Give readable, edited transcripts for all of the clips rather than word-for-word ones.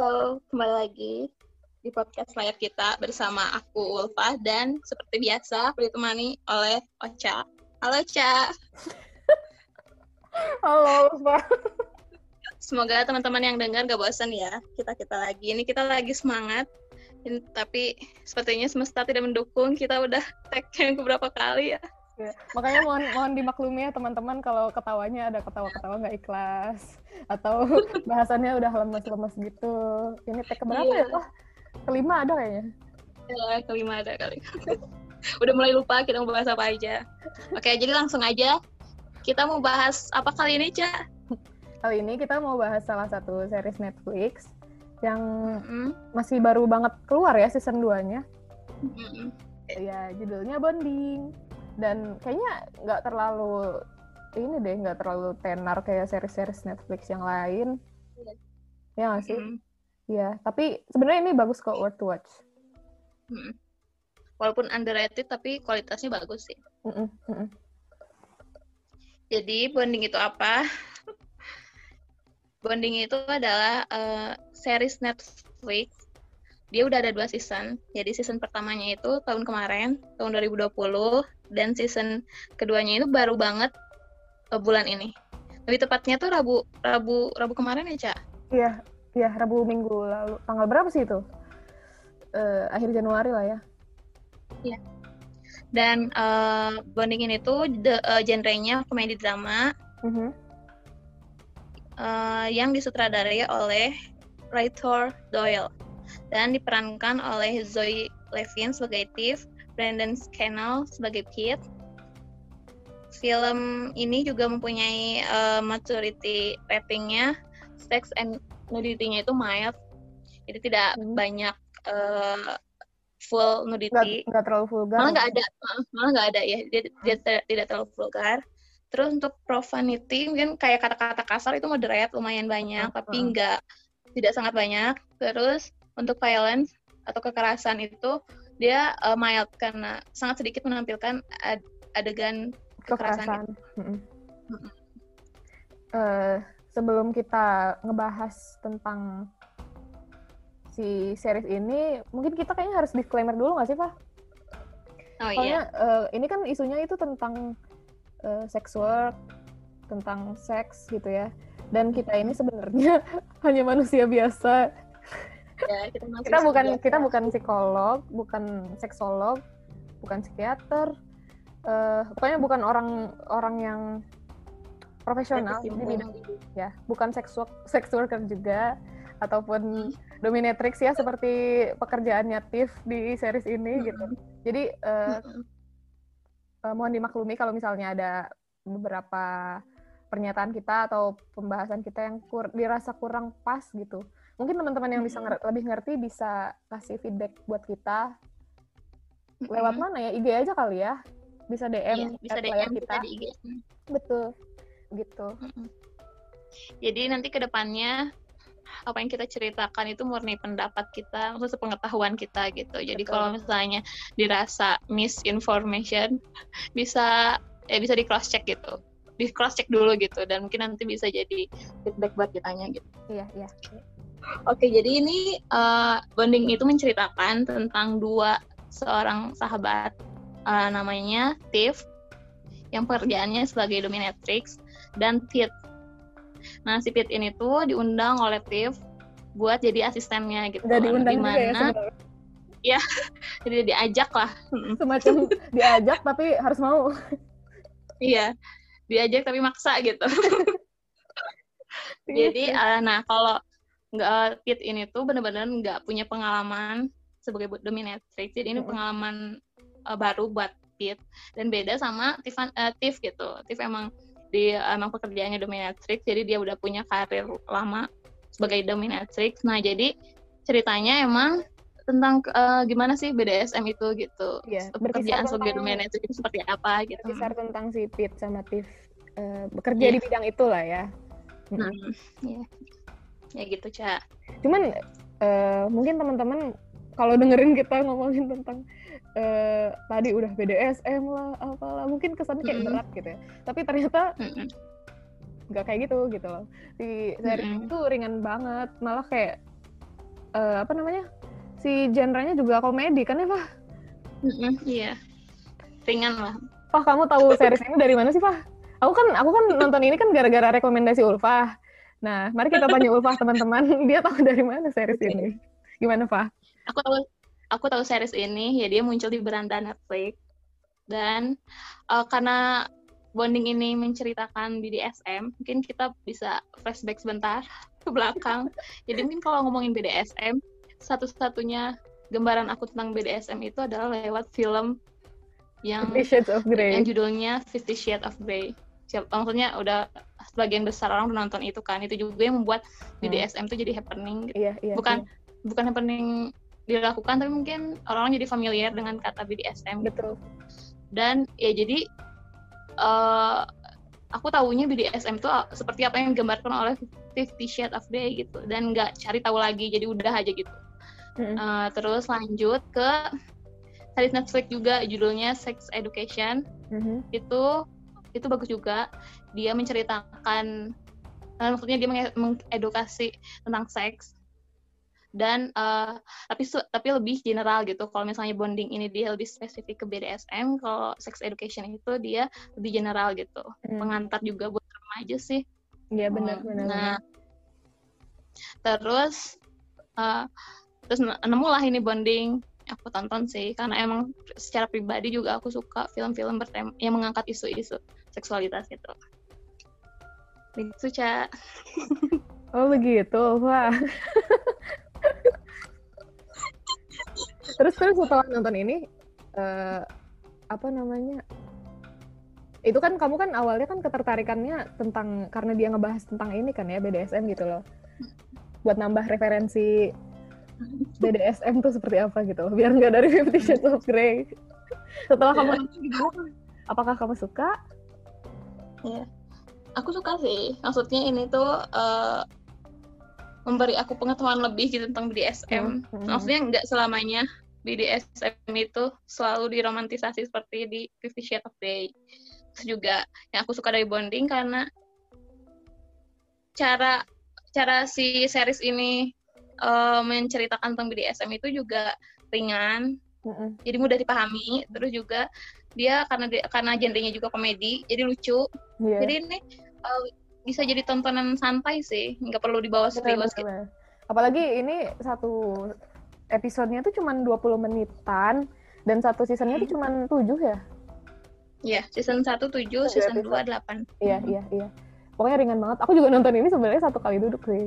Halo, kembali lagi di podcast layar kita bersama aku Ulfa dan seperti biasa aku ditemani oleh Ocha. Halo Ocha. Halo Ulfa. Semoga teman-teman yang dengar gak bosan ya. Kita lagi. Ini kita lagi semangat. Tapi sepertinya semesta tidak mendukung. Kita udah tag yang beberapa kali ya. Ya, makanya mohon dimaklumi ya teman-teman kalau ketawanya ada ketawa-ketawa nggak ikhlas atau bahasannya udah lemes-lemes gitu. Ini tag keberapa ya Pak? Kelima ada kayaknya. Ya, kelima ada kali. Udah mulai lupa kita mau bahas apa aja. Oke, jadi langsung aja. Kita mau bahas apa kali ini, Ca? Kali ini kita mau bahas salah satu series Netflix yang masih baru banget keluar ya season 2-nya. Ya, judulnya Bonding. Dan kayaknya nggak terlalu tenar kayak series-series Netflix yang lain. Ya nggak sih? Ya, tapi sebenarnya ini bagus kok, worth to watch. Walaupun underrated, tapi kualitasnya bagus sih. Jadi, Bonding itu apa? Bonding itu adalah series Netflix. Dia udah ada 2 season. Jadi season pertamanya itu tahun kemarin, tahun 2020, dan season keduanya itu baru banget bulan ini. Lebih tepatnya tuh Rabu kemarin ya, Ca? Iya, Rabu minggu lalu. Tanggal berapa sih itu? Akhir Januari lah ya. Iya. Dan Bonding ini tuh genrenya komedi drama. Yang disutradarai oleh Arthur Doyle. Dan diperankan oleh Zoe Levin sebagai Tiff, Brandon Scannell sebagai Pete. Film ini juga mempunyai maturity ratingnya, sex and nudity-nya itu mild, jadi tidak banyak full nudity. Nggak terlalu vulgar. Malah nggak ada ya, dia tidak terlalu vulgar. Terus untuk profanity mungkin kayak kata-kata kasar itu moderate, lumayan banyak, tapi tidak sangat banyak. Terus untuk violence atau kekerasan itu dia mild karena sangat sedikit menampilkan adegan kekerasan. Sebelum kita ngebahas tentang si series ini, mungkin kita kayaknya harus disclaimer dulu nggak sih, Pak? Soalnya ini kan isunya itu tentang sex work, tentang seks gitu ya. Dan kita ini sebenarnya hanya manusia biasa. Ya, kita bukan psikolog, bukan seksolog, bukan psikiater, pokoknya bukan orang yang profesional di bidang ya, bukan sex worker juga ataupun dominatrix ya seperti pekerjaannya Tiff di series ini gitu. Jadi mohon dimaklumi kalau misalnya ada beberapa pernyataan kita atau pembahasan kita yang dirasa kurang pas gitu. Mungkin teman-teman yang bisa lebih ngerti bisa kasih feedback buat kita lewat mana ya? IG aja kali ya? Bisa DM, bisa DM kita di IG. Betul, gitu. Jadi nanti ke depannya apa yang kita ceritakan itu murni pendapat kita, maksudnya pengetahuan kita gitu. Jadi kalau misalnya dirasa misinformation, bisa di cross check gitu. Di cross check dulu gitu, dan mungkin nanti bisa jadi feedback buat kitanya gitu. Iya. Oke, jadi ini Bonding itu menceritakan tentang seorang sahabat namanya Tiff yang pekerjaannya sebagai dominatrix dan Pete. Nah, si Pete ini tuh diundang oleh Tiff buat jadi asistennya gitu. Udah diundang juga ya sebenarnya. Ya, jadi diajak lah. Semacam diajak tapi harus mau. Iya, diajak tapi maksa gitu. Jadi, nah kalau Pete ini tuh benar-benar nggak punya pengalaman sebagai dominatrix. Jadi ini pengalaman baru buat Pete dan beda sama Tiff gitu. Tiff emang pekerjaannya dominatrix, jadi dia udah punya karir lama sebagai dominatrix. Nah, jadi ceritanya emang tentang gimana sih BDSM itu gitu. Ya, pekerjaan sebagai dominatrix itu seperti apa gitu. Berkisar tentang si Pete sama Tiff bekerja di bidang itulah ya. Ya gitu, Ca. Cuman mungkin teman-teman kalau dengerin kita ngomongin tentang tadi udah BDSM lah, apalah, mungkin kesannya kayak berat gitu ya. Tapi ternyata nggak kayak gitu loh. Si series itu ringan banget, malah kayak apa namanya, si genrenya juga komedi kan ya Pak? Iya, ringan lah. Pak, kamu tahu series ini dari mana sih Pak? Aku kan nonton ini kan gara-gara rekomendasi Ulfah. Nah, mari kita tanya Ulfah teman-teman, dia tahu dari mana series ini? Gimana Pak? Aku tahu series ini ya, dia muncul di beranda Netflix, dan karena Bonding ini menceritakan BDSM, mungkin kita bisa flashback sebentar ke belakang. Jadi mungkin kalau ngomongin BDSM, satu-satunya gambaran aku tentang BDSM itu adalah lewat film yang 50 Shades of Grey. Yang judulnya 50 Shades of Grey. Maksudnya udah sebagian besar orang menonton itu kan. Itu juga yang membuat BDSM itu jadi happening. Iya. Bukan happening dilakukan, tapi mungkin orang jadi familiar dengan kata BDSM. Betul. Dan ya jadi aku tahunya BDSM itu seperti apa yang digambarkan oleh 50 Shades of Grey gitu, dan nggak cari tahu lagi, jadi udah aja gitu. Terus lanjut ke series Netflix juga, judulnya Sex Education. Itu bagus juga. Dia menceritakan, maksudnya dia mengedukasi tentang seks, dan tapi lebih general gitu. Kalau misalnya Bonding ini dia lebih spesifik ke BDSM, kalau Sex Education itu dia lebih general gitu. Pengantar juga buat remaja sih. Iya, benar. Nah, terus nemulah ini Bonding, aku tonton sih karena emang secara pribadi juga aku suka film-film bertema yang mengangkat isu-isu seksualitas gitu. Begitu, Ca. Oh begitu, wah. Terus setelah nonton ini, apa namanya, itu kan kamu kan awalnya kan ketertarikannya tentang, karena dia ngebahas tentang ini kan ya, BDSM gitu loh, buat nambah referensi BDSM tuh seperti apa gitu loh, biar nggak dari 50 Shades of Grey. Setelah kamu nonton gimana? Apakah kamu suka? Ya, aku suka sih. Maksudnya ini tuh memberi aku pengetahuan lebih gitu tentang BDSM. Maksudnya nggak selamanya BDSM itu selalu diromantisasi seperti di 50 Shades of Grey. Terus juga yang aku suka dari Bonding karena cara si series ini menceritakan tentang BDSM itu juga ringan, jadi mudah dipahami. Terus juga dia karena genrenya juga komedi, jadi lucu. Jadi ini bisa jadi tontonan santai sih, nggak perlu dibawa serius gitu. Apalagi ini satu episodenya tuh cuma 20 menitan, dan satu seasonnya tuh cuma 7 ya? Iya, season 1 7, season 2 8. Iya. Pokoknya ringan banget. Aku juga nonton ini sebenarnya 1 kali duduk sih.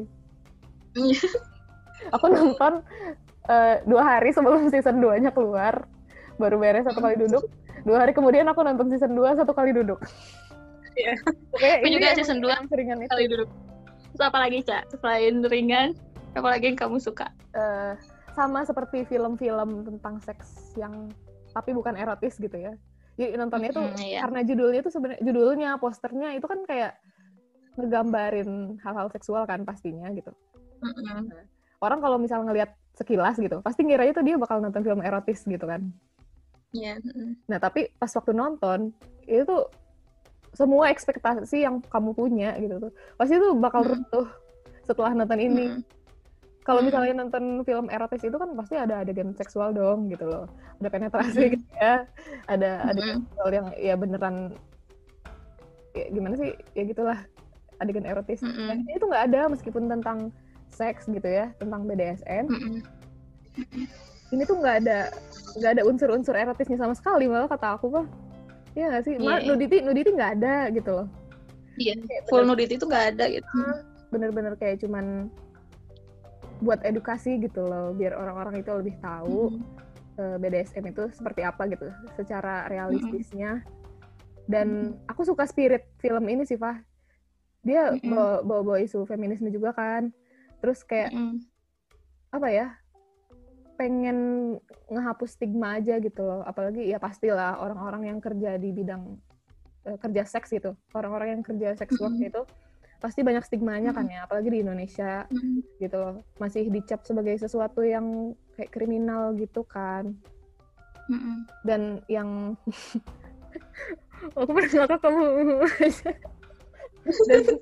Aku nonton 2 hari sebelum season 2-nya keluar, baru beres 1 kali duduk. 2 hari kemudian aku nonton season 2 1 kali duduk. Iya. Aku juga season 2 seringan kali duduk. Terus apa lagi, Ca? Selain ringan, apa lagi yang kamu suka? Sama seperti film-film tentang seks yang tapi bukan erotis gitu ya. Jadi nontonnya tuh karena judulnya tuh sebenarnya, judulnya, posternya itu kan kayak ngegambarin hal-hal seksual kan pastinya gitu. Orang kalau misal ngelihat sekilas gitu, pasti ngiranya tuh dia bakal nonton film erotis gitu kan. Iya. Nah, tapi pas waktu nonton, itu tuh semua ekspektasi yang kamu punya gitu tuh, pasti tuh bakal runtuh setelah nonton ini. Kalau misalnya nonton film erotis itu kan pasti ada adegan seksual dong gitu loh. Ada penetrasi gitu ya. Ada adegan seksual yang ya beneran, ya gimana sih, ya gitulah, adegan erotis. Dan ini tuh nggak ada, meskipun tentang seks gitu ya, tentang BDSM. Ini tuh nggak ada unsur-unsur erotisnya sama sekali, malah kata aku Pak. Iya nggak sih? Nudity nggak ada gitu loh. Iya, full nudity itu nggak ada gitu. Bener-bener kayak cuman buat edukasi gitu loh, biar orang-orang itu lebih tahu BDSM itu seperti apa gitu, secara realistisnya. Dan aku suka spirit film ini sih, Fah. Dia bawa isu feminisme juga kan. Terus kayak apa ya, pengen ngehapus stigma aja gitu loh. Apalagi ya pastilah orang-orang yang kerja di bidang kerja seks gitu, orang-orang yang kerja seks work itu pasti banyak stigmanya kan ya, apalagi di Indonesia gitu loh, masih dicap sebagai sesuatu yang kayak kriminal gitu kan. Dan yang aku pernah ngakak kamu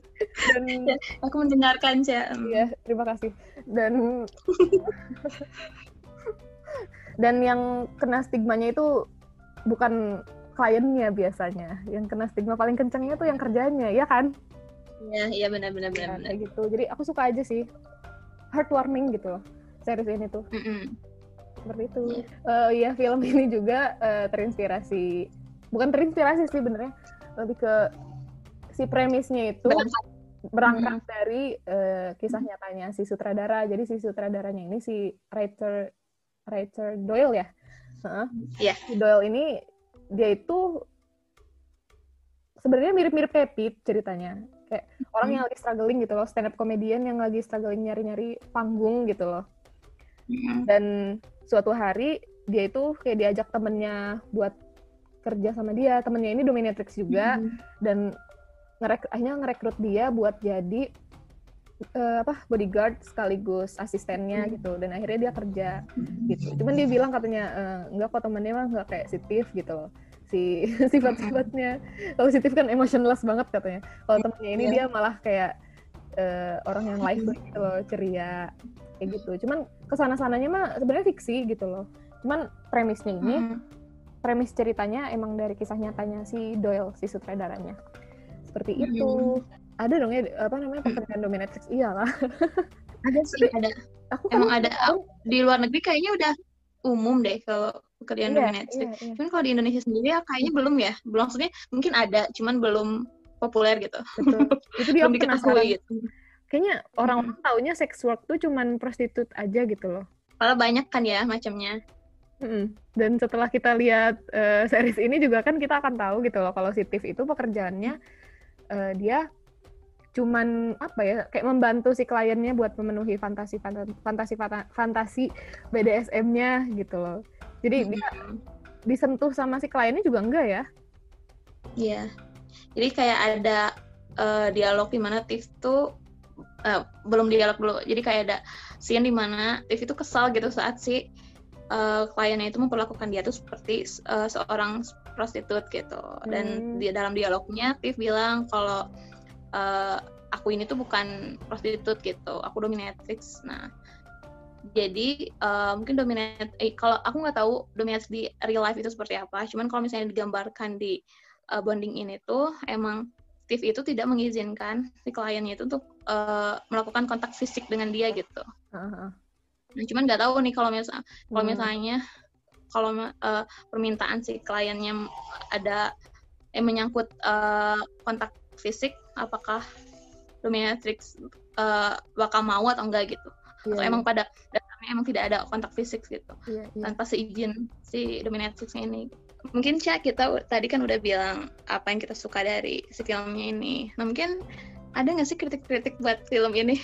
Dan aku mendengarkan sih. Iya, terima kasih. Dan yang kena stigmanya itu bukan kliennya biasanya. Yang kena stigma paling kencengnya tuh yang kerjanya, ya kan? Iya benar. Kayak gitu. Jadi aku suka aja sih. Heartwarming gitu loh, series ini tuh. Seperti itu. Ya film ini juga terinspirasi. Bukan terinspirasi sih benernya. Lebih ke si premisnya itu berangkat dari kisah nyatanya si sutradara. Jadi si sutradaranya ini si Arthur Doyle ya. Si Doyle ini dia itu sebenarnya mirip-mirip kayak Pete ceritanya. Kayak orang yang lagi struggling gitu loh, stand up comedian yang lagi struggling nyari-nyari panggung gitu loh. Dan suatu hari dia itu kayak diajak temennya buat kerja sama dia. Temennya ini dominatrix juga dan akhirnya ngerekrut dia buat jadi bodyguard sekaligus asistennya gitu. Dan akhirnya dia kerja gitu. Cuman dia bilang katanya enggak kok, temennya mah enggak kayak si Tiff gitu loh. Si sifat-sifatnya. Kalau si Tiff kan emotionless banget katanya. Kalau temennya ini dia malah kayak orang yang lively gitu loh, ceria kayak gitu. Cuman kesana-sananya mah sebenarnya fiksi gitu loh. Cuman premisnya ini, premis ceritanya emang dari kisah nyatanya si Doyle, si sutradaranya. Seperti itu. Ada dong ya, pekerjaan dominatrix, iyalah. Ada sih, ada. Emang ada. Di luar negeri kayaknya udah umum deh kalau pekerjaan dominatrix. Cuman kalau di Indonesia sendiri ya kayaknya belum ya. Belum, maksudnya mungkin ada, cuman belum populer gitu. Betul. Itu dia belum diketahui gitu. Kayaknya orang-orang taunya sex work tuh cuman prostitut aja gitu loh. Padahal banyak kan ya macamnya. Dan setelah kita lihat series ini juga kan kita akan tahu gitu loh kalau si Tiff itu pekerjaannya dia cuman kayak membantu si kliennya buat memenuhi fantasi BDSM-nya gitu loh. Jadi dia disentuh sama si kliennya juga enggak ya? Iya. Jadi kayak ada dialog di mana Tiff tuh belum dialog dulu. Jadi kayak ada scene di mana Tiff itu kesal gitu saat si kliennya itu memperlakukan dia tuh seperti seorang prostitut gitu. Dan di dalam dialognya Tiff bilang kalau aku ini tuh bukan prostitut gitu, aku dominatrix. Nah, jadi mungkin kalau aku nggak tahu dominatrix di real life itu seperti apa. Cuman kalau misalnya digambarkan di bonding ini tuh emang Tiff itu tidak mengizinkan si kliennya itu untuk melakukan kontak fisik dengan dia gitu. Nah, cuman nggak tahu nih kalau misalnya permintaan si kliennya ada menyangkut kontak fisik, apakah dominatrix bakal mau atau enggak gitu. Atau emang pada dasarnya emang tidak ada kontak fisik gitu. Tanpa seizin si dominatrixnya ini. Mungkin kita tadi kan udah bilang apa yang kita suka dari si filmnya ini. Nah, mungkin ada nggak sih kritik-kritik buat film ini?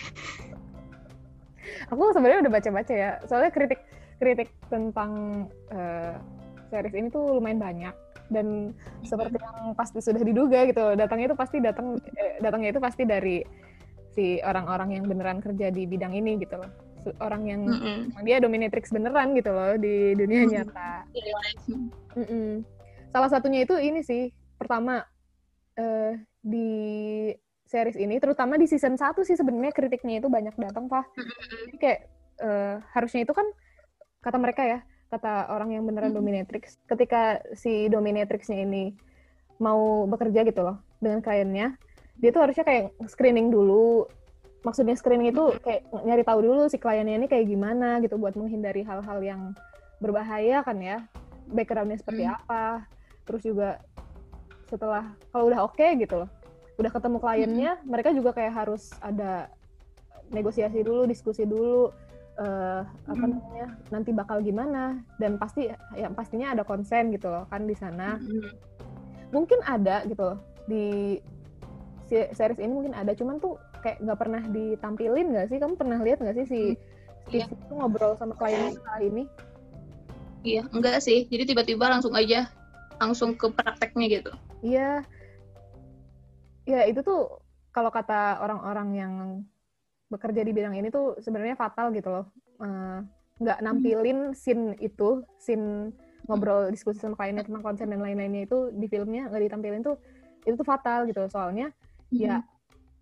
Aku sebenarnya udah baca-baca ya. Soalnya kritik tentang series ini tuh lumayan banyak. Dan seperti yang pasti sudah diduga gitu, datangnya itu pasti dari si orang-orang yang beneran kerja di bidang ini gitu loh. Orang yang dia dominatrix beneran gitu loh di dunia nyata. Salah satunya itu ini sih, pertama di series ini, terutama di season 1 sih sebenarnya kritiknya itu banyak datang, Pak. Jadi kayak harusnya itu kan kata mereka ya, kata orang yang beneran dominatrix, ketika si dominatrixnya ini mau bekerja gitu loh dengan kliennya, dia tuh harusnya kayak screening dulu. Maksudnya screening itu kayak nyari tahu dulu si kliennya ini kayak gimana gitu, buat menghindari hal-hal yang berbahaya kan ya, backgroundnya seperti apa. Terus juga setelah kalau udah oke gitu loh, udah ketemu kliennya, mereka juga kayak harus ada negosiasi dulu, diskusi dulu. Nanti bakal gimana, dan pastinya ada konsen gitu loh kan di sana. Mungkin ada gitu loh di series ini, mungkin ada, cuman tuh kayak nggak pernah ditampilin nggak sih? Kamu pernah lihat nggak sih si Steve itu ngobrol sama kliennya kali ini? Iya, enggak sih. Jadi tiba-tiba langsung ke prakteknya gitu. Iya. Ya itu tuh kalau kata orang-orang yang bekerja di bidang ini tuh sebenarnya fatal gitu loh. Nggak nampilin scene ngobrol diskusi sama kliennya tentang konsen dan lain-lainnya itu di filmnya nggak ditampilin tuh, itu tuh fatal gitu. Soalnya ya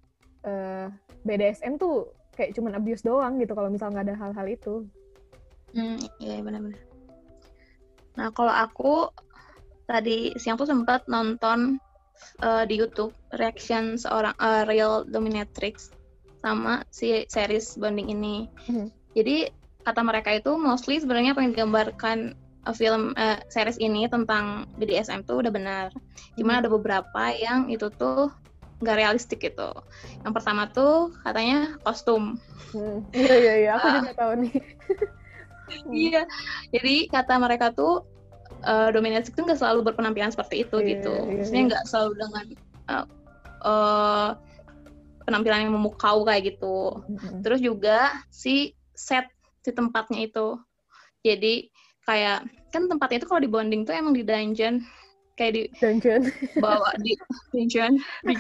BDSM tuh kayak cuman abuse doang gitu kalau misal nggak ada hal-hal itu. Iya benar-benar. Nah kalau aku tadi siang tuh sempat nonton di YouTube reaction seorang real dominatrix sama si series Bonding ini. Jadi kata mereka itu mostly sebenarnya apa yang digambarkan film series ini tentang BDSM tuh udah benar. Cuman ada beberapa yang itu tuh nggak realistik gitu. Yang pertama tuh katanya kostum. Iya, aku juga tahu nih. Iya, jadi kata mereka tuh dominatrix itu nggak selalu berpenampilan seperti itu gitu. Maksudnya nggak selalu dengan penampilan yang memukau kayak gitu. Terus juga si set si tempatnya itu. Jadi kayak kan tempatnya itu kalau di Bonding tuh emang di dungeon, kayak di dungeon. Bawa di dungeon.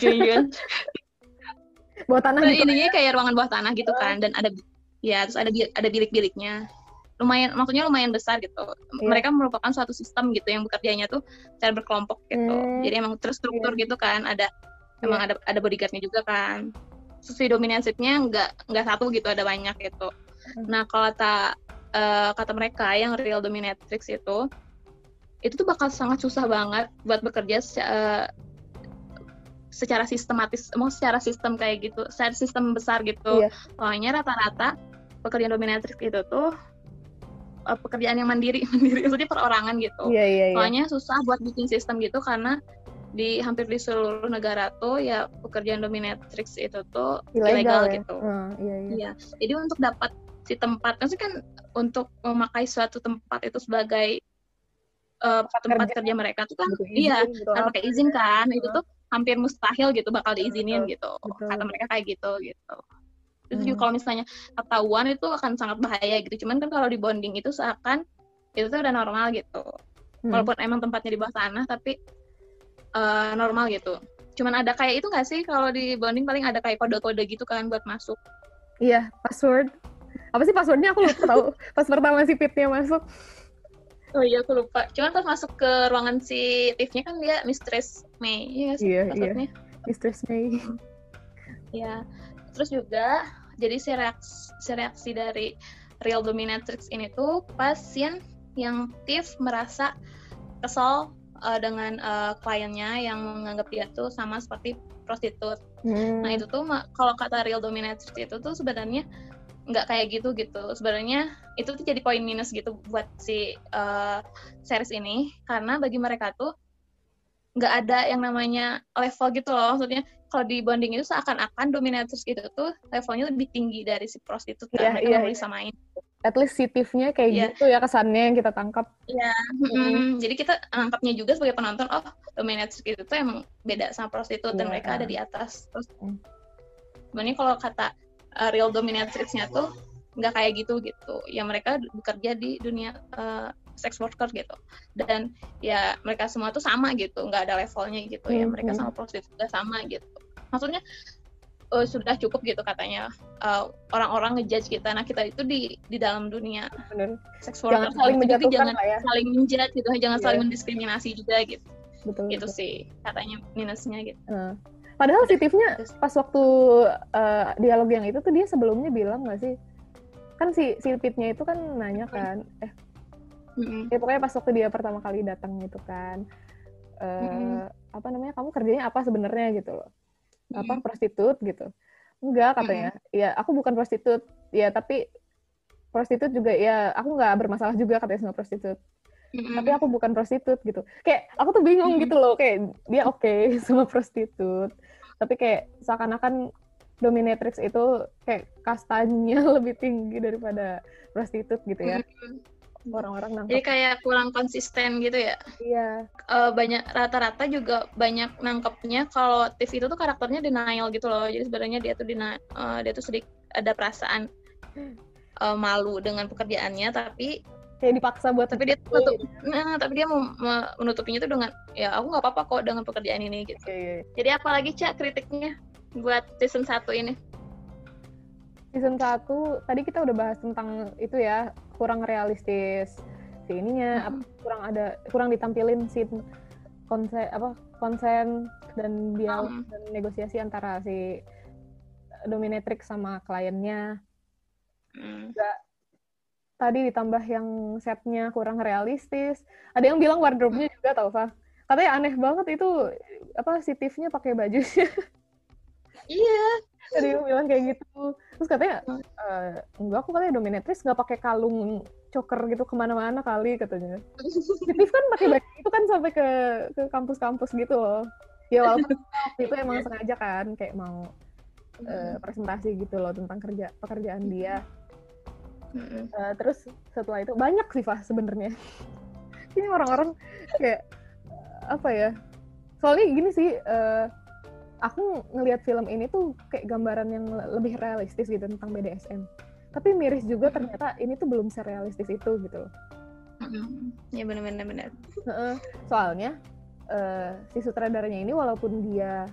Bawah tanah gitu. Ininya kayak ruangan bawah tanah gitu kan, dan ada ya terus ada bilik-biliknya. Maksudnya lumayan besar gitu. Mereka merupakan suatu sistem gitu yang bekerjanya tuh secara berkelompok gitu. Jadi emang terstruktur gitu kan, emang ada bodyguardnya juga kan. Terus si dominatrixnya nggak satu gitu, ada banyak gitu. Nah kalau kata mereka yang real dominatrix itu tuh bakal sangat susah banget buat bekerja secara sistematis, mau secara sistem kayak gitu, secara sistem besar gitu. Soalnya rata-rata pekerjaan dominatrix itu tuh pekerjaan yang mandiri maksudnya perorangan gitu. Soalnya susah buat bikin sistem gitu karena hampir di seluruh negara tuh ya pekerjaan dominatrix itu tuh ilegal gitu. Iya. Jadi untuk dapat si tempat, maksudnya kan untuk memakai suatu tempat itu sebagai tempat kerja mereka tuh kan harus pakai izin kan, itu tuh hampir mustahil gitu bakal diizinin gitu. Kata mereka kayak gitu. Itu juga kalau misalnya ketahuan itu akan sangat bahaya gitu. Cuman kan kalau di Bonding itu seakan itu tuh udah normal gitu. Walaupun emang tempatnya di bawah tanah tapi normal gitu. Cuman ada kayak itu nggak sih kalau di Bonding paling ada kayak kode-kode gitu kan buat masuk. Iya, password. Apa sih passwordnya aku lupa tahu. Pas pertama si Pete-nya masuk. Oh iya aku lupa. Cuman pas masuk ke ruangan si Tiff-nya kan dia Mistress May. Iya passwordnya. Mistress May. Iya. Terus juga jadi si reaksi dari real dominatrix ini tuh pas yang Tiff merasa kesal dengan kliennya yang menganggap dia tuh sama seperti prostitut. Nah itu tuh kalau kata real dominatrix itu tuh sebenarnya nggak kayak gitu. Sebenarnya itu tuh jadi poin minus gitu buat si series ini, karena bagi mereka tuh nggak ada yang namanya level gitu loh. Maksudnya kalau di Bonding itu seakan-akan dominatrix itu tuh levelnya lebih tinggi dari si prostitut kan. Mereka nggak boleh disamain. At least si Tiff-nya kayak gitu ya kesannya yang kita tangkap. Iya. Jadi kita nangkapnya juga sebagai penonton, oh dominatrix itu tuh emang beda sama prostitut dan mereka ada di atas. Terus sebenarnya kalau kata real dominatrix-nya tuh nggak kayak gitu. Ya mereka bekerja di dunia sex worker gitu, dan ya mereka semua tuh sama gitu, nggak ada levelnya gitu. Ya mereka sama prostitut juga sama gitu. Maksudnya sudah cukup gitu katanya orang-orang ngejudge kita. Nah kita itu di dalam dunia sex worker, jangan saling menjatuhkan, jangan saling menjudge gitu, jangan saling mendiskriminasi juga gitu. Betul. Sih katanya minusnya gitu. Padahal si Tiff-nya pas waktu dialog yang itu tuh dia sebelumnya bilang nggak sih, kan si Pete-nya itu kan nanya kan, ya pokoknya pas waktu dia pertama kali datang gitu kan, apa namanya, kamu kerjanya apa sebenarnya gitu loh, apa prostitut gitu, enggak katanya, ya aku bukan prostitut, ya tapi prostitut juga ya aku nggak bermasalah juga katanya sama prostitut, tapi aku bukan prostitut gitu. Kayak aku tuh bingung gitu loh, kayak dia oke sama prostitut, tapi kayak seakan-akan dominatrix itu kayak kastanya lebih tinggi daripada prostitut gitu ya. Orang-orang nangkep. Jadi kayak kurang konsisten gitu ya. Iya. Banyak rata-rata juga banyak nangkepnya kalau Tiff itu tuh karakternya denial gitu loh. Jadi sebenarnya dia tuh sedikit ada perasaan malu dengan pekerjaannya, tapi kayak dipaksa buat, tapi dia mau menutupinya tuh dengan ya aku nggak apa-apa kok dengan pekerjaan ini gitu. Jadi apalagi Cak kritiknya buat season 1 ini? Season 1 tadi kita udah bahas tentang itu ya, kurang realistis si ininya, kurang ditampilin scene konsen dan dialog dan negosiasi antara si dominatrix sama kliennya. Juga tadi ditambah yang setnya kurang realistis. Ada yang bilang wardrobe-nya juga tau, Fa. Katanya aneh banget itu si Tiff-nya pakai bajunya. Iya. Ada yang bilang kayak gitu. Terus katanya enggak, aku katanya dominatrix nggak pakai kalung choker gitu kemana-mana kali katanya. Tiff kan pakai baju itu kan sampai ke kampus-kampus gitu loh. Ya walaupun itu emang sengaja kan kayak mau presentasi gitu loh tentang pekerjaan dia. Terus setelah itu banyak sih Fah sebenarnya. Ini orang-orang kayak apa ya? Soalnya gini sih, aku ngelihat film ini tuh kayak gambaran yang lebih realistis gitu tentang BDSM. Tapi miris juga ternyata ini tuh belum serealistis itu gitu loh. Ya benar. Soalnya si sutradaranya ini walaupun dia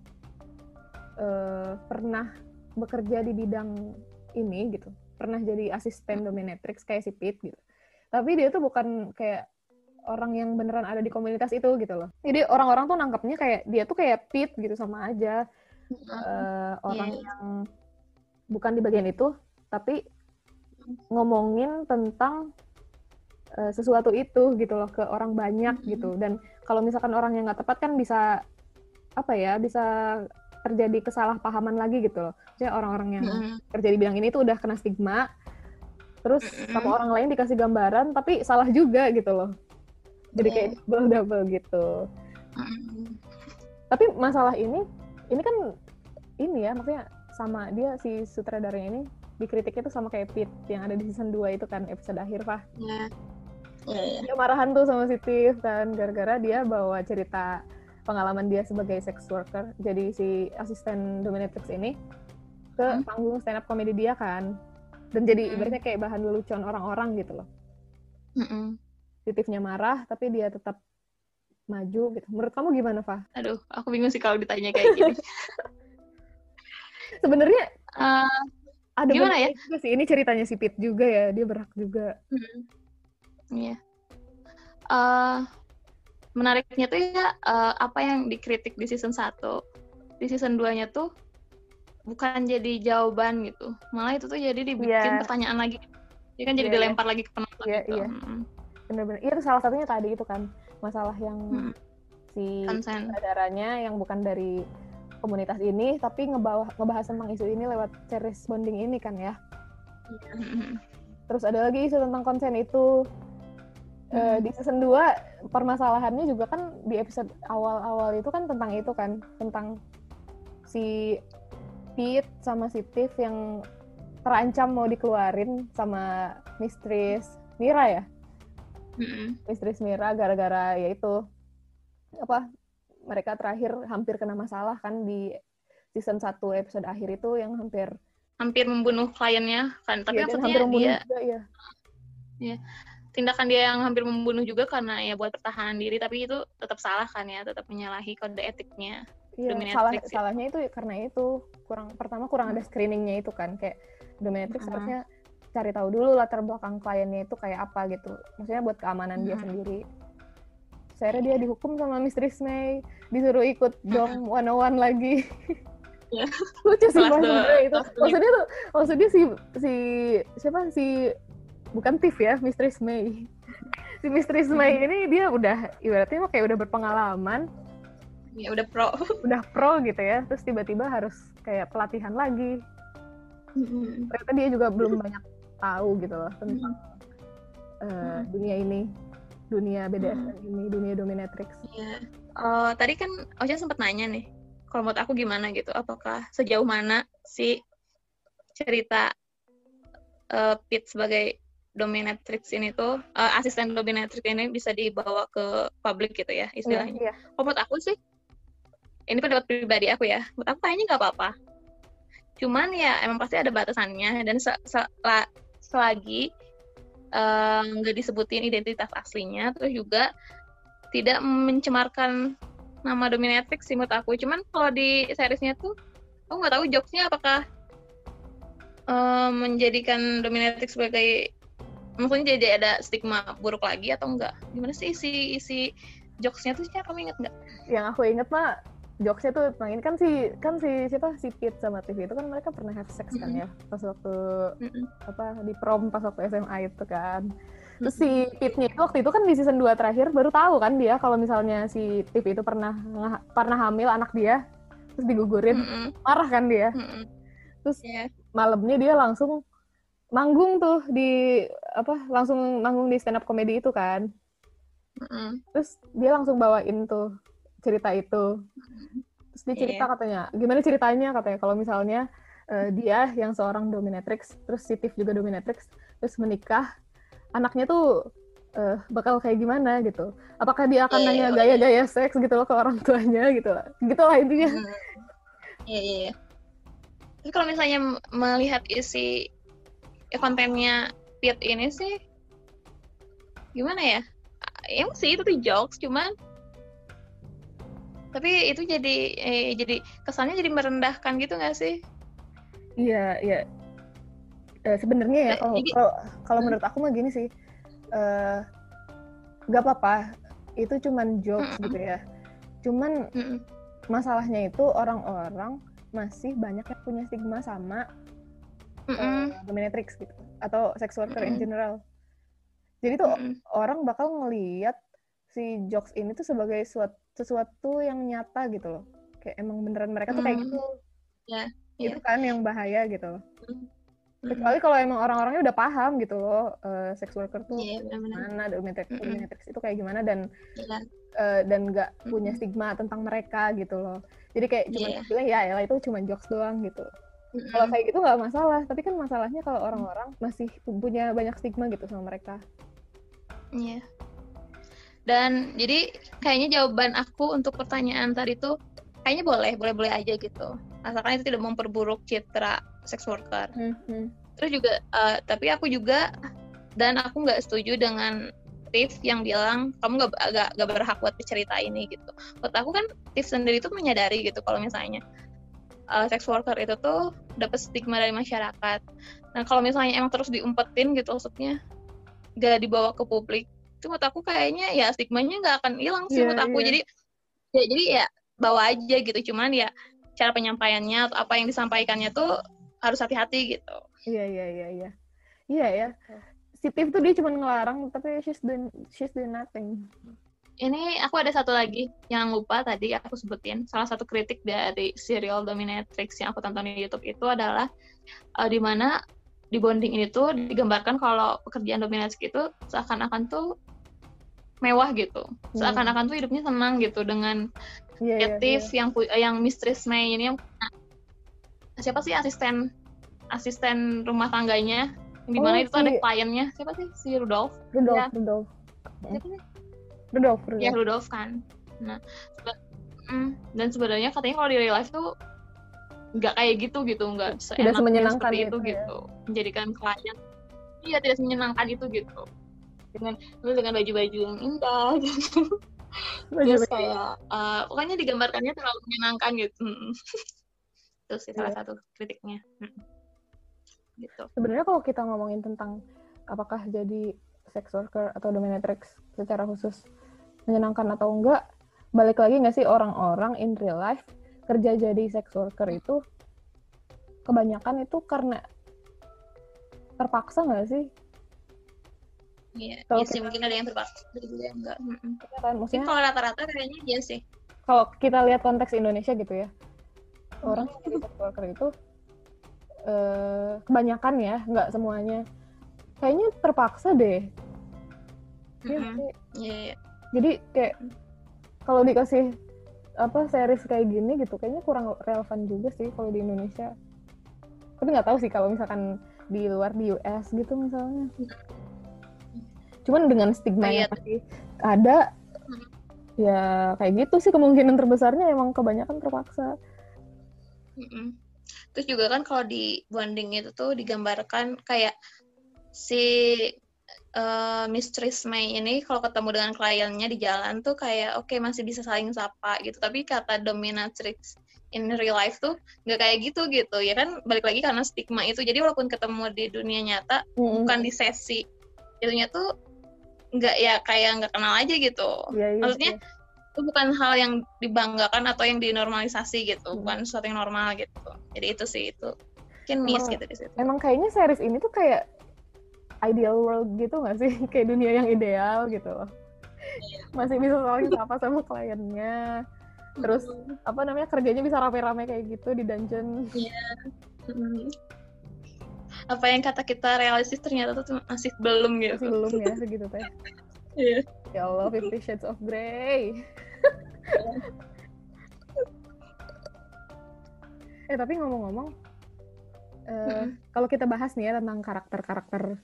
pernah bekerja di bidang ini gitu, pernah jadi asisten dominatrix kayak si Pete gitu. Tapi dia tuh bukan kayak orang yang beneran ada di komunitas itu gitu loh. Jadi orang-orang tuh nangkepnya kayak dia tuh kayak Pete gitu, sama aja. Orang yang bukan di bagian itu, tapi ngomongin tentang sesuatu itu gitu loh ke orang banyak gitu. Dan kalau misalkan orang yang nggak tepat kan bisa bisa terjadi kesalahpahaman lagi gitu loh. Maksudnya orang-orang yang kerja di bidang ini tuh udah kena stigma, terus sama orang lain dikasih gambaran tapi salah juga gitu loh. Jadi kayak double gitu. Tapi masalah ini kan ini ya, maksudnya sama dia si sutradaranya ini dikritiknya tuh sama kayak Pete yang ada di season 2 itu kan, episode akhir, Pak. Dia marahan tuh sama si Tiff kan gara-gara dia bawa cerita pengalaman dia sebagai sex worker, jadi si asisten dominatrix ini ke panggung stand up comedy dia kan. Dan jadi ibaratnya kayak bahan lelucon orang-orang gitu loh. Tiffnya marah tapi dia tetap maju gitu. Menurut kamu gimana, Fah? Aduh, aku bingung sih kalau ditanya kayak gini. Sebenarnya ada gimana ya? Juga sih. Ini ceritanya si Pete juga ya, dia berhak juga. Iya. Menariknya tuh ya apa yang dikritik di season 1, di season 2-nya tuh bukan jadi jawaban gitu. Malah itu tuh jadi dibikin pertanyaan lagi. Dia kan jadi dilempar lagi ke penonton gitu. Bener-bener. Iya, itu salah satunya tadi itu kan masalah yang si saudaranya yang bukan dari komunitas ini tapi ngebahas tentang isu ini lewat series bonding ini kan ya. Terus ada lagi isu tentang konsen itu. Di season 2 permasalahannya juga kan di episode awal-awal itu kan tentang itu kan, tentang si Pete sama si Tiff yang terancam mau dikeluarin sama Mistress Mira ya. Mistress Mira gara-gara yaitu mereka terakhir hampir kena masalah kan di season 1 episode akhir itu yang hampir membunuh kliennya kan, tapi maksudnya dia juga, ya tindakan dia yang hampir membunuh juga karena ya buat pertahanan diri, tapi itu tetap salah kan ya, tetap menyalahi kode etiknya. Salahnya itu karena itu kurang ada screeningnya itu kan, kayak dominatrix harusnya cari tahu dulu latar belakang kliennya itu kayak apa gitu, maksudnya buat keamanan dia sendiri. Akhirnya dia dihukum sama Mistress May, disuruh ikut Dom 101 lagi. Lucu sih maksudnya itu. Maksudnya si bukan Tiff ya, Mistress May. Si Mistress May ini dia udah ibaratnya kayak udah berpengalaman. Ya udah pro. Udah pro gitu ya, terus tiba-tiba harus kayak pelatihan lagi. Ternyata dia juga belum banyak tahu gitu loh tentang dunia ini. Dunia BDSM ini, dunia dominatrix. Iya. Tadi kan Ocha sempat nanya nih, kalau menurut aku gimana gitu, apakah sejauh mana si cerita Pete sebagai dominatrix ini tuh, asisten dominatrix ini bisa dibawa ke publik gitu ya istilahnya. Kalau menurut aku sih, ini pendapat pribadi aku ya, menurut aku kayaknya nggak apa-apa. Cuman ya emang pasti ada batasannya, dan selagi nggak disebutin identitas aslinya, terus juga tidak mencemarkan nama dominatrix sih menurut aku. Cuman kalau di seriesnya tuh aku nggak tahu jokesnya apakah menjadikan dominatrix sebagai, maksudnya jadi ada stigma buruk lagi atau enggak. Gimana sih isi jokesnya tuh, kamu inget nggak? Yang aku inget mah jokesnya tuh tentang ini kan si siapa si Pete sama TV itu kan mereka pernah have sex kan ya pas waktu di prom pas waktu SMA itu kan. Terus si Pete-nya itu waktu itu kan di season 2 terakhir baru tahu kan dia kalau misalnya si TV itu pernah hamil anak dia terus digugurin. Marah kan dia. Terus malamnya dia langsung manggung tuh langsung manggung di stand up comedy itu kan. Terus dia langsung bawain tuh cerita itu. Terus dia cerita katanya, gimana ceritanya katanya kalau misalnya dia yang seorang dominatrix, terus si Tiff juga dominatrix, terus menikah, anaknya tuh bakal kayak gimana gitu. Apakah dia akan nanya gaya-gaya seks gitu loh ke orang tuanya gitu lah. Gitu lah intinya. Iya. Terus kalau misalnya melihat isi kontennya Pete ini sih gimana ya? Emang sih itu tuh jokes, cuman tapi itu jadi kesannya jadi merendahkan gitu nggak sih? Iya. Sebenarnya ya kalau menurut aku mah gini sih, nggak apa-apa, itu cuman jokes gitu ya. Cuman masalahnya itu orang-orang masih banyak yang punya stigma sama dominatrix gitu atau sex worker in general. Jadi tuh orang bakal ngelihat si jokes ini tuh sebagai sesuatu yang nyata gitu loh. Kayak emang beneran mereka tuh kayak gitu. Itu kan yang bahaya gitu loh. Kecuali kalau emang orang-orangnya udah paham gitu loh, sex worker tuh mana, dominatrix itu kayak gimana dan nggak punya stigma tentang mereka gitu loh. Jadi kayak cuma bilang ya itu cuma jokes doang gitu. Kalau kayak gitu nggak masalah, tapi kan masalahnya kalau orang-orang masih punya banyak stigma gitu sama mereka. Iya. Dan jadi kayaknya jawaban aku untuk pertanyaan tadi tuh kayaknya boleh aja gitu. Asalkan itu tidak memperburuk citra sex worker. Terus juga tapi aku juga dan aku nggak setuju dengan Tiff yang bilang kamu nggak berhak buat cerita ini gitu. Buat aku kan Tiff sendiri tuh menyadari gitu kalau misalnya sex worker itu tuh dapat stigma dari masyarakat. Nah kalau misalnya emang terus diumpetin gitu maksudnya gak dibawa ke publik, itu menurut aku kayaknya ya stigmanya nggak akan hilang sih menurut aku. Jadi ya bawa aja gitu, cuman ya cara penyampaiannya atau apa yang disampaikannya tuh harus hati-hati gitu. Iya ya. Si Tiff tuh dia cuma ngelarang tapi she's doing nothing. Ini aku ada satu lagi yang lupa tadi aku sebutin. Salah satu kritik dari serial Dominatrix yang aku tonton di YouTube itu adalah di mana di bonding ini tuh digambarkan kalau pekerjaan dominatrix itu seakan-akan tuh mewah gitu. Seakan-akan tuh hidupnya senang gitu dengan kreatif yang Mistress May ini yang siapa sih asisten rumah tangganya yang dimana itu ada kliennya siapa sih si Rudolph. Rudolph kan. Nah, dan sebenarnya katanya kalau di real life tuh nggak kayak gitu, nggak seenaknya seperti itu gitu. Menjadikan klien, tidak menyenangkan itu gitu. Dengan baju-baju yang indah gitu. Terus kayak, pokoknya digambarkannya terlalu menyenangkan gitu. Terus salah satu kritiknya. Gitu. Sebenarnya kalau kita ngomongin tentang apakah jadi sex worker atau dominatrix secara khusus menyenangkan atau enggak, balik lagi nggak sih orang-orang in real life kerja jadi sex worker itu kebanyakan itu karena terpaksa nggak sih? Iya sih mungkin ada yang terpaksa, ada juga yang enggak. Kan, maksudnya kalau rata-rata kayaknya iya sih. Kalau kita lihat konteks Indonesia gitu ya, orang yang jadi sex worker itu kebanyakan ya, nggak semuanya, kayaknya terpaksa deh. Iya. Jadi kayak kalau dikasih series kayak gini gitu, kayaknya kurang relevan juga sih kalau di Indonesia. Tapi nggak tahu sih kalau misalkan di luar di US gitu misalnya. Cuman dengan stigma yang pasti ada, ya kayak gitu sih kemungkinan terbesarnya emang kebanyakan terpaksa. Terus juga kan kalau di bonding itu tuh digambarkan kayak si Mistress May ini kalau ketemu dengan kliennya di jalan tuh kayak oke, masih bisa saling sapa gitu. Tapi kata dominatrix in real life tuh nggak kayak gitu ya kan, balik lagi karena stigma itu. Jadi walaupun ketemu di dunia nyata bukan di sesi itunya tuh nggak ya kayak nggak kenal aja gitu. Maksudnya itu bukan hal yang dibanggakan atau yang dinormalisasi gitu, bukan sesuatu yang normal gitu. Jadi itu sih, itu mungkin miss gitu di situ. Emang kayaknya series ini tuh kayak ideal world gitu nggak sih? Kayak dunia yang ideal gitu loh. Masih bisa saling sapa sama kliennya. Terus apa namanya, kerjanya bisa rame-rame kayak gitu di dungeon. Iya. Apa yang kata kita realistis ternyata tuh masih belum gitu. Masih belum ya segitu teh. Iya. Ya Allah, 50 Shades of Grey. Tapi ngomong-ngomong, kalau kita bahas nih ya tentang karakter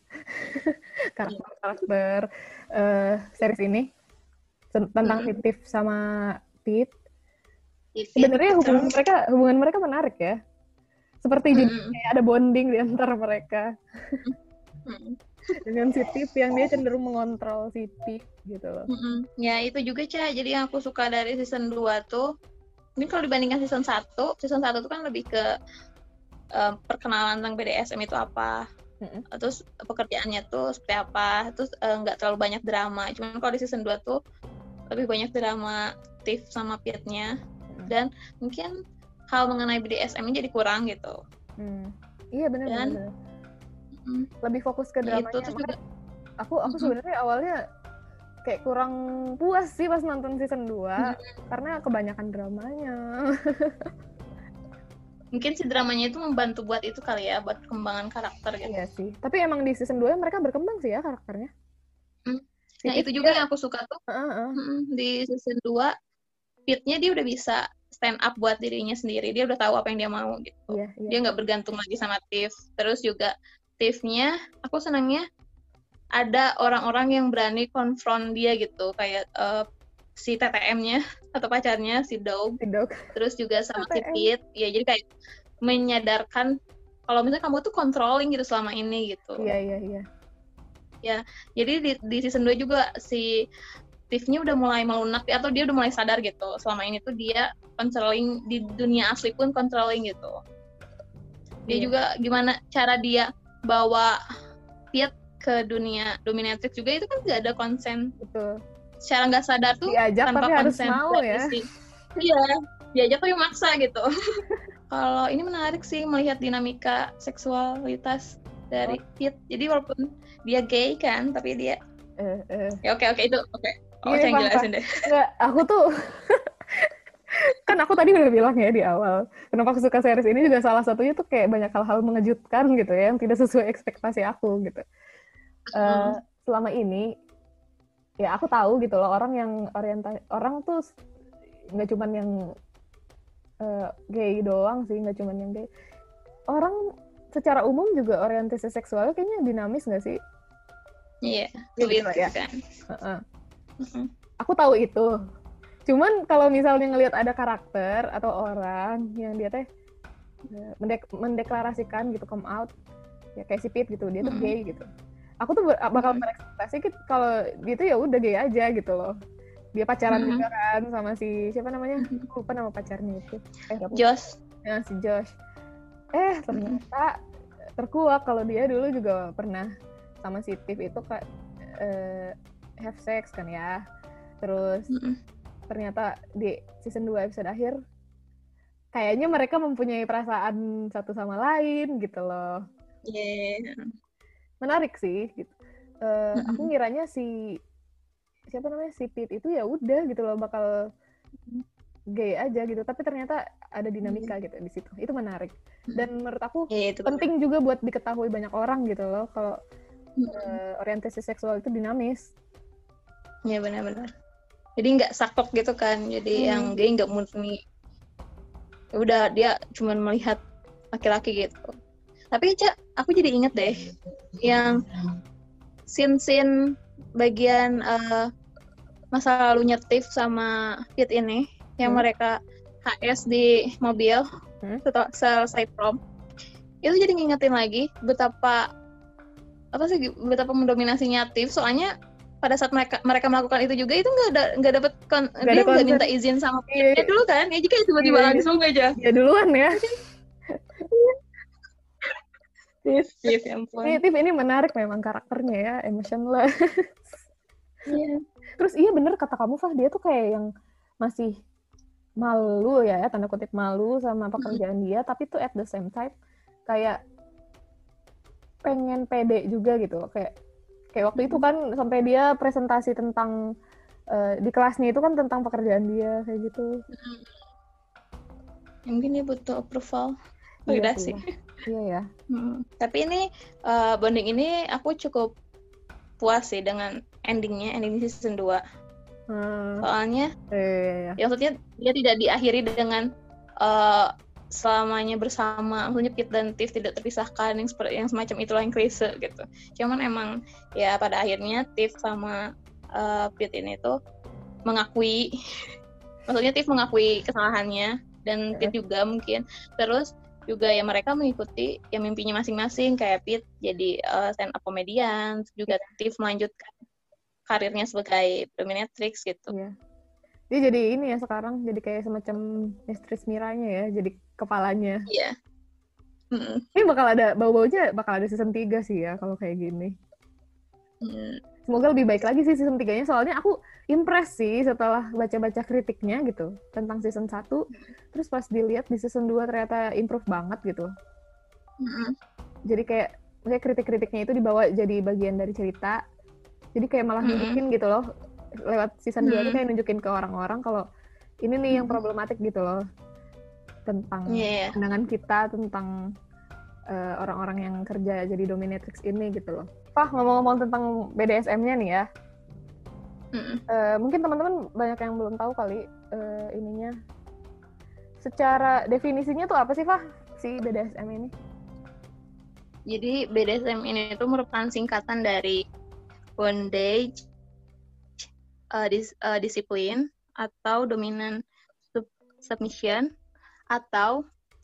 series ini tentang Tiff sama Pete, sebenarnya hubungan mereka menarik ya. Seperti kayak ada bonding di antara mereka. Dengan si Tiff yang dia cenderung mengontrol si Pete gitu loh. Ya itu juga Ca, jadi yang aku suka dari season 2 tuh, ini kalau dibandingkan season 1 tuh kan lebih ke perkenalan tentang BDSM itu apa, terus pekerjaannya tuh seperti apa, terus nggak terlalu banyak drama. Cuman kalau di season 2 tuh lebih banyak drama Tiff sama Pete-nya, dan mungkin hal mengenai BDSM ini jadi kurang gitu. Iya benar. Lebih fokus ke dramanya. Itu juga, aku sebenarnya awalnya kayak kurang puas sih pas nonton season 2 karena kebanyakan dramanya. Mungkin si dramanya itu membantu buat itu kali ya, buat perkembangan karakter gitu. Iya sih. Tapi emang di season 2 mereka berkembang sih ya karakternya. Nah itu juga yang aku suka tuh. Di season 2 Pete-nya dia udah bisa stand up buat dirinya sendiri. Dia udah tahu apa yang dia mau gitu. Iya. Dia nggak bergantung lagi sama Tiff. Terus juga Tiff-nya, aku senangnya ada orang-orang yang berani konfront dia gitu. Kayak si TTM-nya atau pacarnya, si Dog. Terus juga sama si Pete. Ya jadi kayak menyadarkan kalau misalnya kamu tuh controlling gitu selama ini gitu. Iya. Ya, jadi di season 2 juga si Tiff-nya udah mulai melunak atau dia udah mulai sadar gitu. Selama ini tuh dia controlling, di dunia asli pun controlling gitu. Dia juga gimana cara dia bawa Pete ke dunia dominatrix juga itu kan nggak ada konsen. Betul. Secara nggak sadar tuh diajak tanpa tapi konsen. Harus mau ya. Iya, diajak tapi maksa gitu. Kalau ini menarik sih melihat dinamika seksualitas dari Pete. Jadi walaupun dia gay kan, tapi dia ya oke itu oke. Saya yang jelasin deh. Enggak, aku tuh kan aku tadi udah bilang ya di awal, kenapa aku suka series ini juga salah satunya tuh kayak banyak hal-hal mengejutkan gitu ya, yang tidak sesuai ekspektasi aku gitu. Selama ini ya aku tahu gitu loh, orang tuh nggak cuman yang gay doang sih, nggak cuman yang gay. Orang secara umum juga orientasi seksual kayaknya dinamis nggak sih? Iya, gitu ya. Kan. Aku tahu itu. Cuman kalau misalnya ngelihat ada karakter atau orang yang dia teh mendeklarasikan gitu, come out, ya kayak si Pete gitu, dia tuh gay gitu. Aku tuh bakal berekspektasi kalau gitu ya udah gay aja gitu loh. Dia pacaran juga kan sama si siapa namanya? Lupa nama pacarnya itu. Josh. Ya, si Josh. Ternyata terkuak kalau dia dulu juga pernah sama si Tiff itu have sex kan ya. Terus ternyata di season 2 episode akhir kayaknya mereka mempunyai perasaan satu sama lain gitu loh. Menarik sih gitu. Aku ngiranya si Pete itu ya udah gitu loh bakal gay aja gitu, tapi ternyata ada dinamika gitu di situ. Itu menarik. Dan menurut aku penting juga buat diketahui banyak orang gitu loh kalau orientasi seksual itu dinamis. Iya benar-benar. Jadi nggak saklek gitu kan, jadi yang gay nggak murni. Udah dia cuma melihat laki-laki gitu. Tapi Cak, aku jadi inget deh yang scene bagian masa lalunya Tiff sama Pete ini, yang mereka HS di mobil setelah selesai prom. Itu jadi ngingetin lagi betapa mendominasinya Tiff, soalnya pada saat mereka melakukan itu juga itu nggak dapat dia nggak minta izin sama Pete dulu kan, ya jika tiba-tiba langsung aja ya duluan ya. Tiff ini menarik memang karakternya ya, emotionless. Terus iya bener kata kamu Fah, dia tuh kayak yang masih malu ya, tanda kutip malu sama pekerjaan dia, tapi tuh at the same time kayak pengen pede juga gitu. Kayak waktu itu kan sampai dia presentasi tentang di kelasnya itu kan tentang pekerjaan dia kayak gitu. Mungkin dia butuh approval, validasi. Iya ya. Tapi ini bonding ini aku cukup puas sih dengan ending season 2. Soalnya ya maksudnya dia tidak diakhiri dengan selamanya bersama, maksudnya Pete dan Tiff tidak terpisahkan yang semacam itulah yang klise gitu. Cuman emang ya pada akhirnya Tiff sama Pete ini tuh mengakui maksudnya Tiff mengakui kesalahannya dan Pete juga mungkin, terus juga ya mereka mengikuti ya mimpinya masing-masing, kayak Pete jadi stand up komedian, juga Tiff melanjutkan karirnya sebagai dominatrix gitu. Iya. Dia jadi ini ya sekarang, jadi kayak semacam Mistress Miranya ya, jadi kepalanya. Iya. Ini bau-baunya bakal ada season 3 sih ya kalau kayak gini. Semoga lebih baik lagi sih season 3-nya, soalnya aku impress sih setelah baca-baca kritiknya gitu tentang season 1, terus pas dilihat di season 2 ternyata improve banget gitu. Jadi kayak kritik-kritiknya itu dibawa jadi bagian dari cerita. Jadi kayak malah nunjukin gitu loh, lewat season 2 itu kayak nunjukin ke orang-orang kalau ini nih yang problematik gitu loh, tentang pandangan kita tentang orang-orang yang kerja jadi dominatrix ini gitu loh. Ngomong-ngomong tentang BDSM-nya nih ya, mungkin teman-teman banyak yang belum tahu kali ininya. Secara definisinya tuh apa sih si BDSM ini? Jadi BDSM ini tuh merupakan singkatan dari bondage, disiplin, atau dominant submission, atau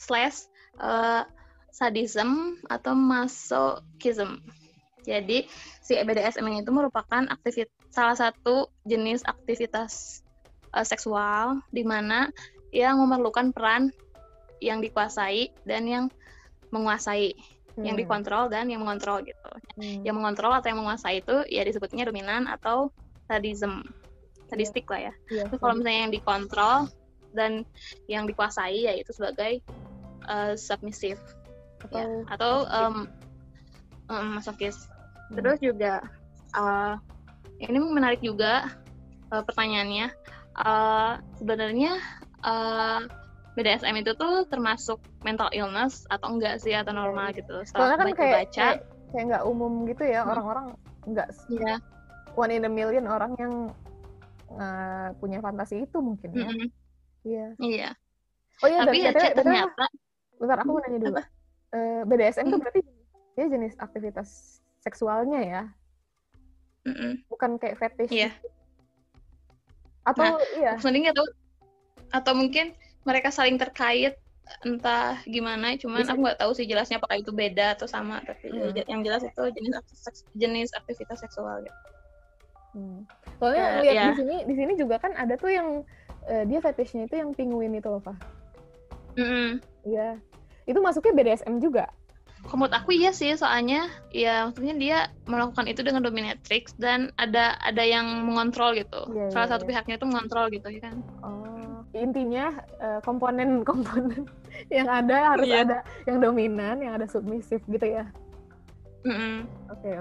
/ sadism atau masochism. Jadi si BDSM itu merupakan salah satu jenis aktivitas seksual di mana yang memerlukan peran yang dikuasai dan yang menguasai. Yang dikontrol dan yang mengontrol gitu. Yang mengontrol atau yang menguasai itu ya disebutnya dominan atau sadistik lah ya. Terus kalau misalnya yang dikontrol dan yang dikuasai ya itu sebagai submissive atau masokis. Terus juga ini menarik juga pertanyaannya, sebenarnya BDSM itu tuh termasuk mental illness atau enggak sih, atau normal gitu? Soalnya kan kayak nggak umum gitu ya, orang-orang nggak one in a million orang yang punya fantasi itu mungkin ya. Iya. Oh iya, tapi ya ternyata bentar aku mau nanya dulu. BDSM tuh berarti dia jenis aktivitas seksualnya ya? Bukan kayak fetish. Iya. Atau sebenarnya atau mungkin mereka saling terkait entah gimana, cuman aku nggak tahu sih jelasnya apakah itu beda atau sama, tapi yang jelas itu jenis aktivitas seksual gitu. Soalnya lihat di sini juga kan ada tuh yang dia fetishnya itu yang penguin itu loh, Pak. Iya. Itu masuknya BDSM juga. Menurut aku iya sih, soalnya ya maksudnya dia melakukan itu dengan dominatrix dan ada yang mengontrol gitu. Salah satu pihaknya itu mengontrol gitu ya kan. Intinya komponen yang ada harus ada yang dominan, yang ada submisif gitu ya. Oke.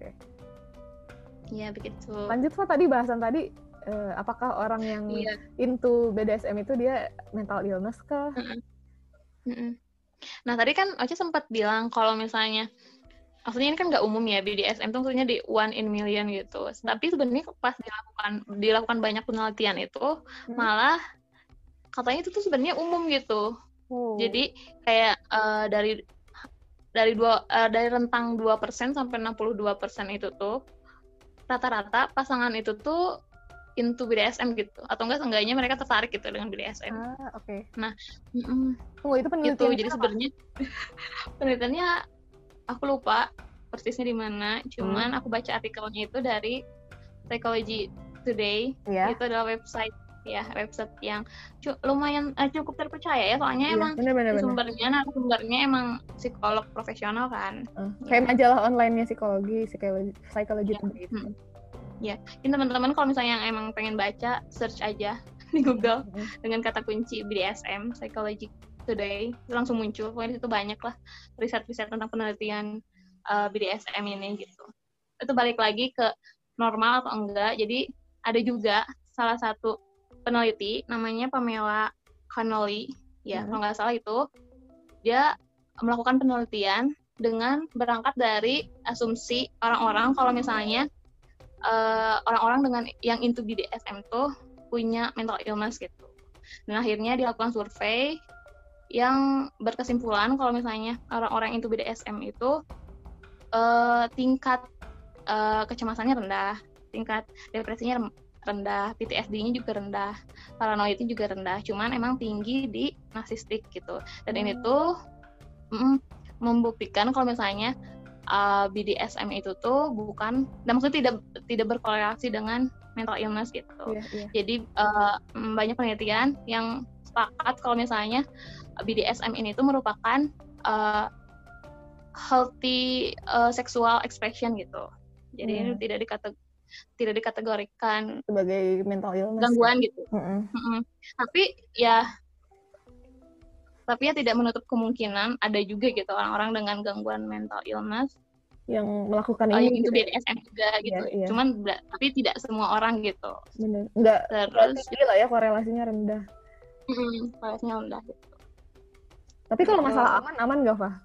Iya begitu. Lanjut tadi bahasan tadi, apakah orang yang into BDSM itu dia mental illness kah? Nah tadi kan Ocha sempat bilang kalau misalnya maksudnya ini kan nggak umum ya, BDSM itu maksudnya di 1 in million gitu. Tapi sebenarnya pas dilakukan banyak penelitian itu malah katanya itu tuh sebenarnya umum gitu. Jadi kayak dari rentang 2% sampai 62% itu tuh rata-rata pasangan itu tuh into BDSM gitu, atau enggaknya mereka tertarik gitu dengan BDSM. Oke. Nah, itu penelitian itu jadi sebenarnya penelitiannya aku lupa persisnya di mana, cuman aku baca artikelnya itu dari Psychology Today. Itu adalah website yang lumayan cukup terpercaya ya, soalnya emang sumbernya emang psikolog profesional kan. Kayak majalah online-nya Psychology Today. Ya, ini teman-teman kalau misalnya yang emang pengen baca, search aja di Google dengan kata kunci BDSM Psychology Today, itu langsung muncul. Pokoknya itu banyak lah riset-riset tentang penelitian BDSM ini gitu. Itu balik lagi ke normal atau enggak. Jadi ada juga salah satu peneliti namanya Pamela Connolly, ya kalau nggak salah itu, dia melakukan penelitian dengan berangkat dari asumsi orang-orang kalau misalnya orang-orang dengan yang into BDSM tuh punya mental illness gitu. Dan akhirnya dilakukan survei yang berkesimpulan kalau misalnya orang-orang into BDSM itu tingkat kecemasannya rendah, tingkat depresinya rendah, PTSD-nya juga rendah, paranoidnya juga rendah, cuman emang tinggi di narsistik gitu. Dan ini tuh membuktikan kalau misalnya BDSM itu tuh bukan, dan maksudnya tidak berkorelasi dengan mental illness gitu. Jadi banyak penelitian yang sepakat kalau misalnya BDSM ini tuh merupakan healthy sexual expression gitu. Jadi ini tidak dikategorikan sebagai mental illness, gangguan gitu. Tapi ya tidak menutup kemungkinan ada juga gitu orang-orang dengan gangguan mental illness yang melakukan ini yang itu BDSM juga gitu. Cuman tapi tidak semua orang gitu. Benar. Enggak. Terus lah ya korelasinya rendah. Korelasinya rendah gitu. Tapi kalau masalah aman nggak, Fah?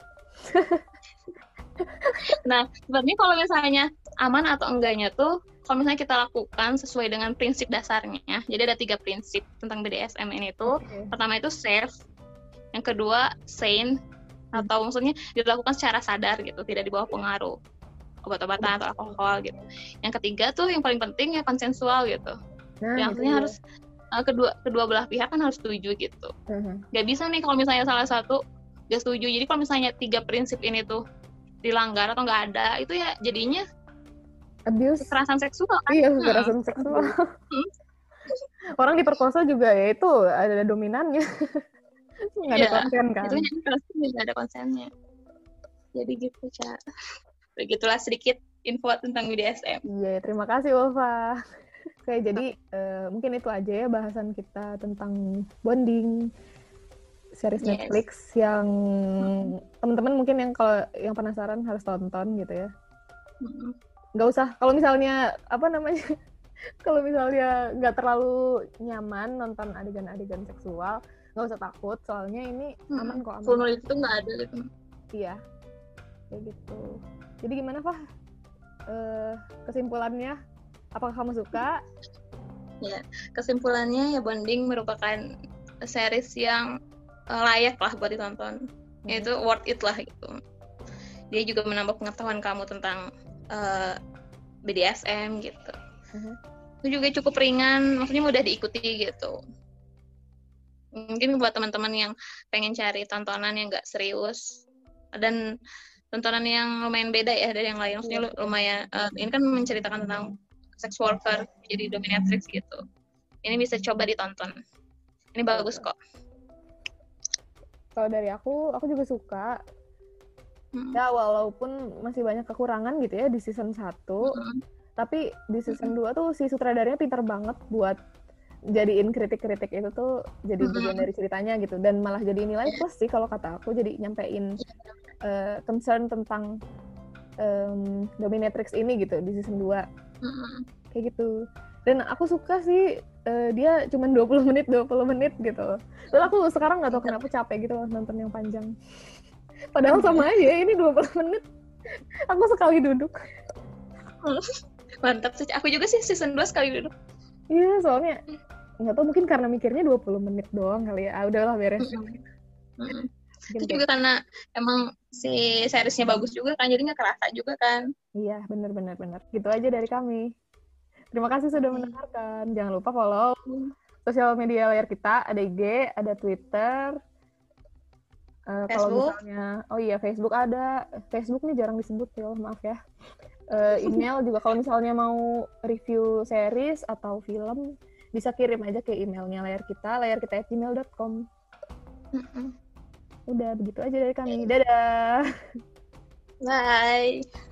Nah, sebenarnya kalau misalnya aman atau enggaknya tuh, kalau misalnya kita lakukan sesuai dengan prinsip dasarnya, jadi ada 3 prinsip tentang BDSM ini tuh. Pertama itu safe, yang kedua sane, atau maksudnya dilakukan secara sadar gitu, tidak di bawah pengaruh obat-obatan atau alkohol gitu. Yang ketiga tuh yang paling penting ya konsensual gitu. Yang artinya harus kedua belah pihak kan harus setuju gitu. Gak bisa nih kalau misalnya salah satu gak setuju. Jadi kalau misalnya 3 prinsip ini tuh dilanggar atau nggak ada, itu ya jadinya abuse, kekerasan seksual kan? Iya, kekerasan seksual. Orang diperkosa juga ya itu ada dominannya. Nggak ada konsen kan? Itu nggak ada konsennya. Jadi gitu, Ca. Begitulah sedikit info tentang BDSM. Iya, terima kasih Ulfa. Oke, jadi mungkin itu aja ya bahasan kita tentang bonding. Series Netflix yang teman-teman mungkin yang kalau yang penasaran harus tonton gitu ya. Nggak usah kalau misalnya kalau misalnya nggak terlalu nyaman nonton adegan-adegan seksual, nggak usah takut soalnya ini aman kok. Full itu nggak ada gitu. Iya, kayak gitu. Jadi gimana Fah? Kesimpulannya, apakah kamu suka? Ya, kesimpulannya ya Bonding merupakan series yang layak lah buat ditonton. Itu worth it lah gitu. Dia juga menambah pengetahuan kamu tentang BDSM gitu. Itu juga cukup ringan, maksudnya mudah diikuti gitu. Mungkin buat teman-teman yang pengen cari tontonan yang nggak serius dan tontonan yang lumayan beda ya dari yang lain. Maksudnya lumayan ini kan menceritakan tentang sex worker jadi dominatrix gitu. Ini bisa coba ditonton. Ini bagus kok. Kalau dari aku juga suka. Ya walaupun masih banyak kekurangan gitu ya di season 1. Tapi di season 2 tuh si sutradaranya pintar banget buat jadiin kritik-kritik itu tuh jadi bagian dari ceritanya gitu. Dan malah jadi nilai plus sih kalau kata aku, jadi nyampein concern tentang dominatrix ini gitu di season 2. Kayak gitu. Dan aku suka sih dia cuma 20 menit gitu. Terus aku sekarang nggak tahu kenapa capek gitu loh nonton yang panjang. Padahal sama aja ini 20 menit. Aku sekali duduk. Mantap sih. Aku juga sih season 2 sekali duduk. Iya, soalnya nggak tahu mungkin karena mikirnya 20 menit doang kali ya. Udahlah beres. Itu juga karena emang si seriesnya bagus juga kan, jadi nggak kerasa juga kan. Iya, benar. Gitu aja dari kami. Terima kasih sudah mendengarkan. Jangan lupa follow sosial media layar kita. Ada IG, ada Twitter. Kalau misalnya, Facebook ada. Facebook nih jarang disebut ya, maaf ya. Email juga kalau misalnya mau review series atau film, bisa kirim aja ke emailnya layarkita@gmail.com. Udah, begitu aja dari kami. Dadah! Bye!